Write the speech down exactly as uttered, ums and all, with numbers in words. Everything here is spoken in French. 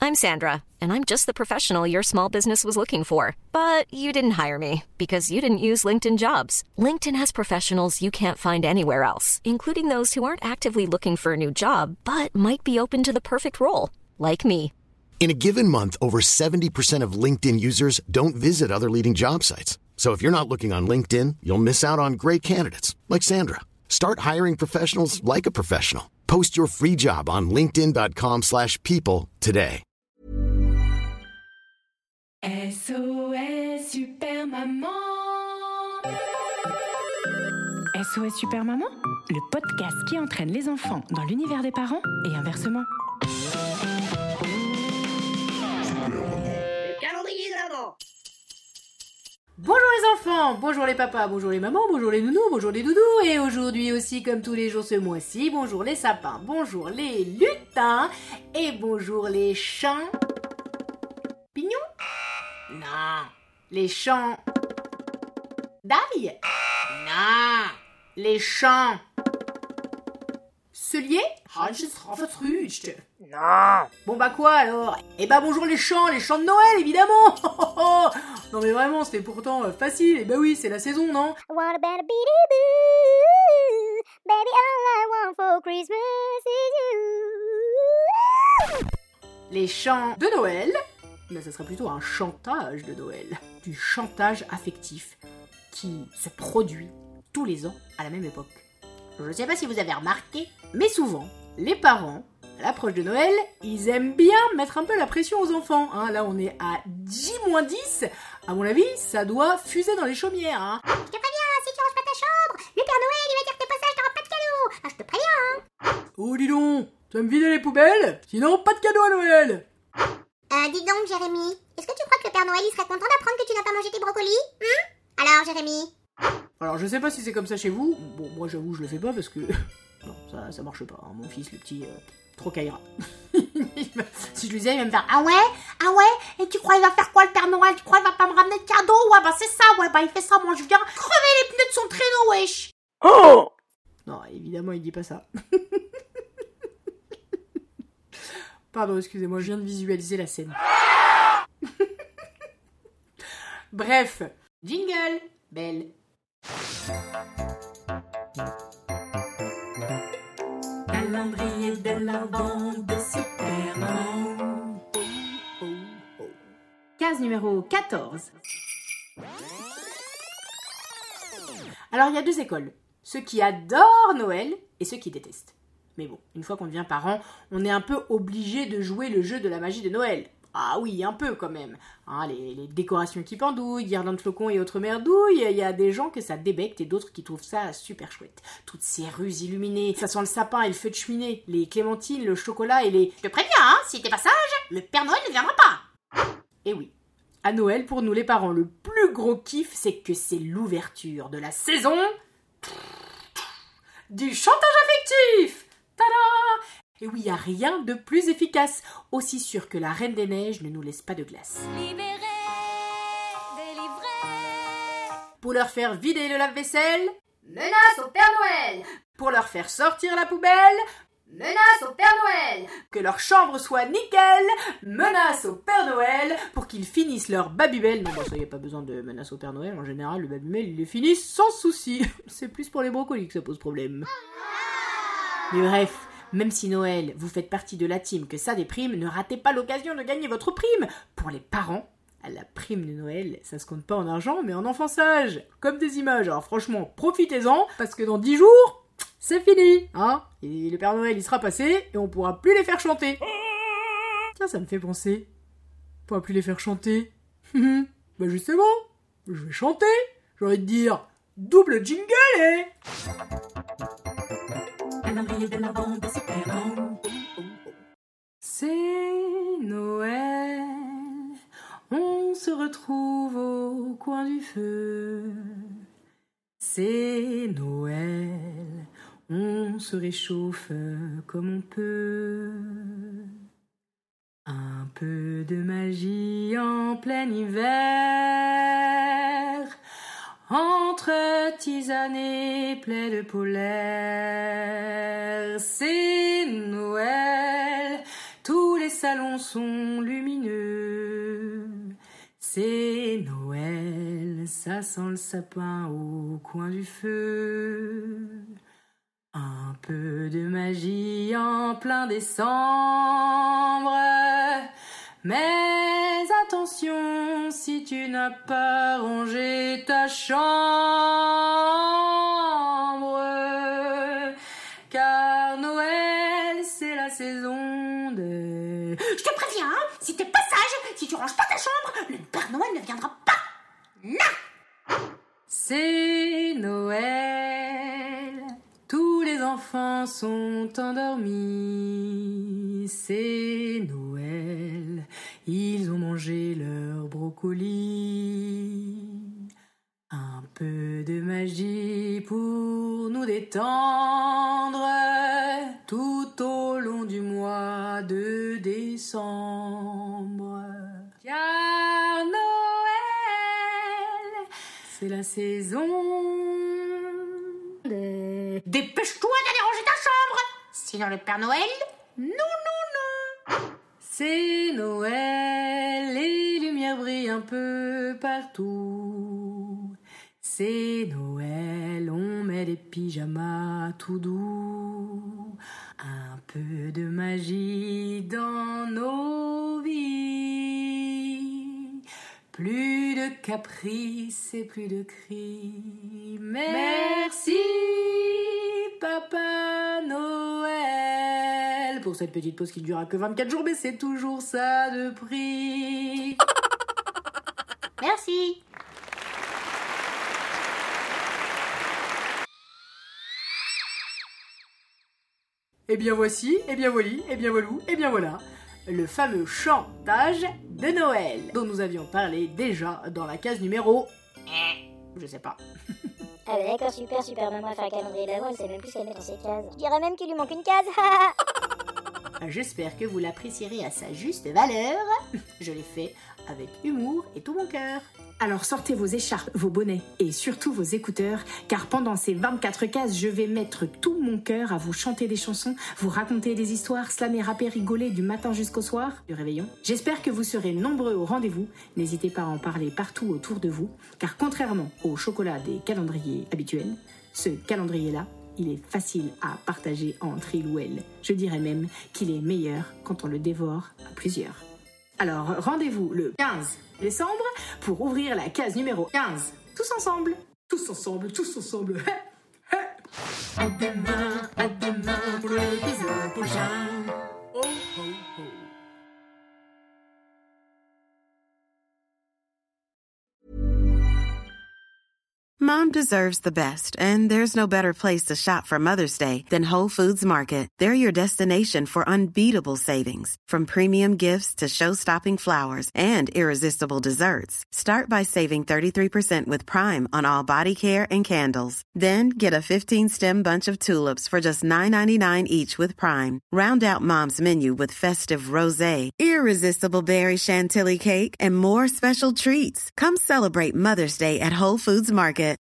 I'm Sandra, and I'm just the professional your small business was looking for. But you didn't hire me because you didn't use LinkedIn Jobs. LinkedIn has professionals you can't find anywhere else, including those who aren't actively looking for a new job, but might be open to the perfect role, like me. In a given month, over seventy percent of LinkedIn users don't visit other leading job sites. So if you're not looking on LinkedIn, you'll miss out on great candidates like Sandra. Start hiring professionals like a professional. Post your free job on linkedin.com slash people today. S O S Super Maman. S O S Super Maman, le podcast qui entraîne les enfants dans l'univers des parents et inversement. Bonjour les enfants, bonjour les papas, bonjour les mamans, bonjour les nounous, bonjour les doudous, et aujourd'hui aussi comme tous les jours ce mois-ci, bonjour les sapins, bonjour les lutins, et bonjour les champs... Pignons ? Non, les champs... D'ail ? Non, les champs... Cellier ? Non. Bon bah quoi alors ? Eh bah bonjour les chants, les chants de Noël évidemment. Non mais vraiment c'était pourtant euh, facile, et bah oui c'est la saison non ? I want a better beady-boo. Baby, all I want for Christmas is you. Les chants de Noël, mais ça serait plutôt un chantage de Noël, du chantage affectif qui se produit tous les ans à la même époque. Je sais pas si vous avez remarqué, mais souvent, les parents, à l'approche de Noël, ils aiment bien mettre un peu la pression aux enfants. Hein. Là, on est à J moins dix. À mon avis, ça doit fuser dans les chaumières. Hein. Je te préviens, si tu ranges pas ta chambre, le Père Noël, il va dire que t'es pas sage, t'auras pas de cadeau. Ah, je te préviens, hein. Oh, dis donc, tu vas me vider les poubelles ? Sinon, pas de cadeau à Noël. Euh, dis donc, Jérémy, est-ce que tu crois que le Père Noël, il serait content d'apprendre que tu n'as pas mangé tes brocolis ? Hum ? Alors, Jérémy ? Alors, je sais pas si c'est comme ça chez vous. Bon, moi, j'avoue, je le fais pas parce que... non, ça, ça marche pas. Hein. Mon fils, le petit, euh, trop caillera. Si je lui disais, il va me faire « Ah ouais ? Ah ouais ? Et tu crois il va faire quoi le Père Noël ? Tu crois il va pas me ramener de cadeau ? Ouais, bah c'est ça, ouais, bah il fait ça, moi je viens crever les pneus de son traîneau, wesh !» Oh ! Non, évidemment, il dit pas ça. Pardon, excusez-moi, je viens de visualiser la scène. Bref, jingle, belle. Calendrier de l'Avent de Super Maman. Case numéro quatorze. Alors, il y a deux écoles. Ceux qui adorent Noël et ceux qui détestent. Mais bon, une fois qu'on devient parent, on est un peu obligé de jouer le jeu de la magie de Noël. Ah oui, un peu quand même. Hein, les, les décorations qui pendouillent, guirlandes flocons et autres merdouilles, il y a des gens que ça débecte et d'autres qui trouvent ça super chouette. Toutes ces rues illuminées, ça sent le sapin et le feu de cheminée, les clémentines, le chocolat et les... Je te préviens, hein, si t'es pas sage, le Père Noël ne viendra pas. Et oui, à Noël, pour nous les parents, le plus gros kiff, c'est que c'est l'ouverture de la saison du chantage affectif. Tada! Et oui, il n'y a rien de plus efficace, aussi sûr que la Reine des Neiges ne nous laisse pas de glace. Libéré, délivré. Pour leur faire vider le lave-vaisselle, menace au Père Noël. Pour leur faire sortir la poubelle, menace au Père Noël. Que leur chambre soit nickel, menace au Père Noël. Pour qu'ils finissent leur babybel. Non, bon, ça y a pas besoin de menace au Père Noël. En général, le babybel, ils le finissent sans souci. C'est plus pour les brocolis que ça pose problème. Mais bref... Même si Noël, vous faites partie de la team que ça déprime, ne ratez pas l'occasion de gagner votre prime. Pour les parents, la prime de Noël, ça se compte pas en argent, mais en enfants sages. Comme des images. Alors franchement, profitez-en, parce que dans dix jours, c'est fini. Hein, et le Père Noël, il sera passé, et on pourra plus les faire chanter. Tiens, ça me fait penser. On pourra plus les faire chanter. Bah justement, je vais chanter. J'ai envie de dire, double jingle, eh. Calendrier de l'Avent de Super Maman. C'est Noël, on se retrouve au coin du feu. C'est Noël, on se réchauffe comme on peut. Un peu de magie en plein hiver, entre tisane et plaid polaire. C'est Noël, tous les salons sont lumineux. C'est Noël, ça sent le sapin au coin du feu. Un peu de magie en plein décembre. Mais attention, si tu n'as pas rangé ta chambre, car Noël, c'est la saison de... Je te préviens, hein, si t'es pas sage, si tu ranges pas ta chambre, le Père Noël ne viendra pas. Non. C'est Noël, tous les enfants sont endormis. C'est Noël, ils ont mangé leur brocoli. Un peu de magie pour nous détendre tout au long du mois de décembre. Car Noël, c'est la saison de... Dépêche-toi d'aller ranger ta chambre. Sinon le Père Noël... Non, non, non. C'est Noël, les lumières brillent un peu partout. C'est Noël, on met des pyjamas tout doux. Un peu de magie dans nos vies. Plus de caprices et plus de cris. Merci, Papa Noël. Pour cette petite pause qui ne durera que vingt-quatre jours, mais c'est toujours ça de prix. Merci. Et bien voici, et bien voilà, et bien voilou, et bien voilà, le fameux chantage de Noël, dont nous avions parlé déjà dans la case numéro... Je sais pas. Ah bah d'accord, super, super, maman a fait un calendrier d'avant, elle sait même plus ce qu'elle met dans ses cases. Je dirais même qu'il lui manque une case. J'espère que vous l'apprécierez à sa juste valeur. Je l'ai fait avec humour et tout mon cœur. Alors sortez vos écharpes, vos bonnets et surtout vos écouteurs, car pendant ces vingt-quatre cases, je vais mettre tout mon cœur à vous chanter des chansons, vous raconter des histoires, slammer, rapper, rigoler du matin jusqu'au soir, du réveillon. J'espère que vous serez nombreux au rendez-vous. N'hésitez pas à en parler partout autour de vous, car contrairement au chocolat des calendriers habituels, ce calendrier-là, il est facile à partager entre il ou elle. Je dirais même qu'il est meilleur quand on le dévore à plusieurs. Alors, rendez-vous le quinze décembre pour ouvrir la case numéro quinze. Tous ensemble. Tous ensemble, tous ensemble. À demain, à demain pour l'épisode prochain. Oh, oh, oh. Mom deserves the best, and there's no better place to shop for Mother's Day than Whole Foods Market. They're your destination for unbeatable savings, from premium gifts to show-stopping flowers and irresistible desserts. Start by saving thirty-three percent with Prime on all body care and candles. Then get a fifteen-stem bunch of tulips for just nine ninety-nine each with Prime. Round out Mom's menu with festive rosé, irresistible berry chantilly cake, and more special treats. Come celebrate Mother's Day at Whole Foods Market.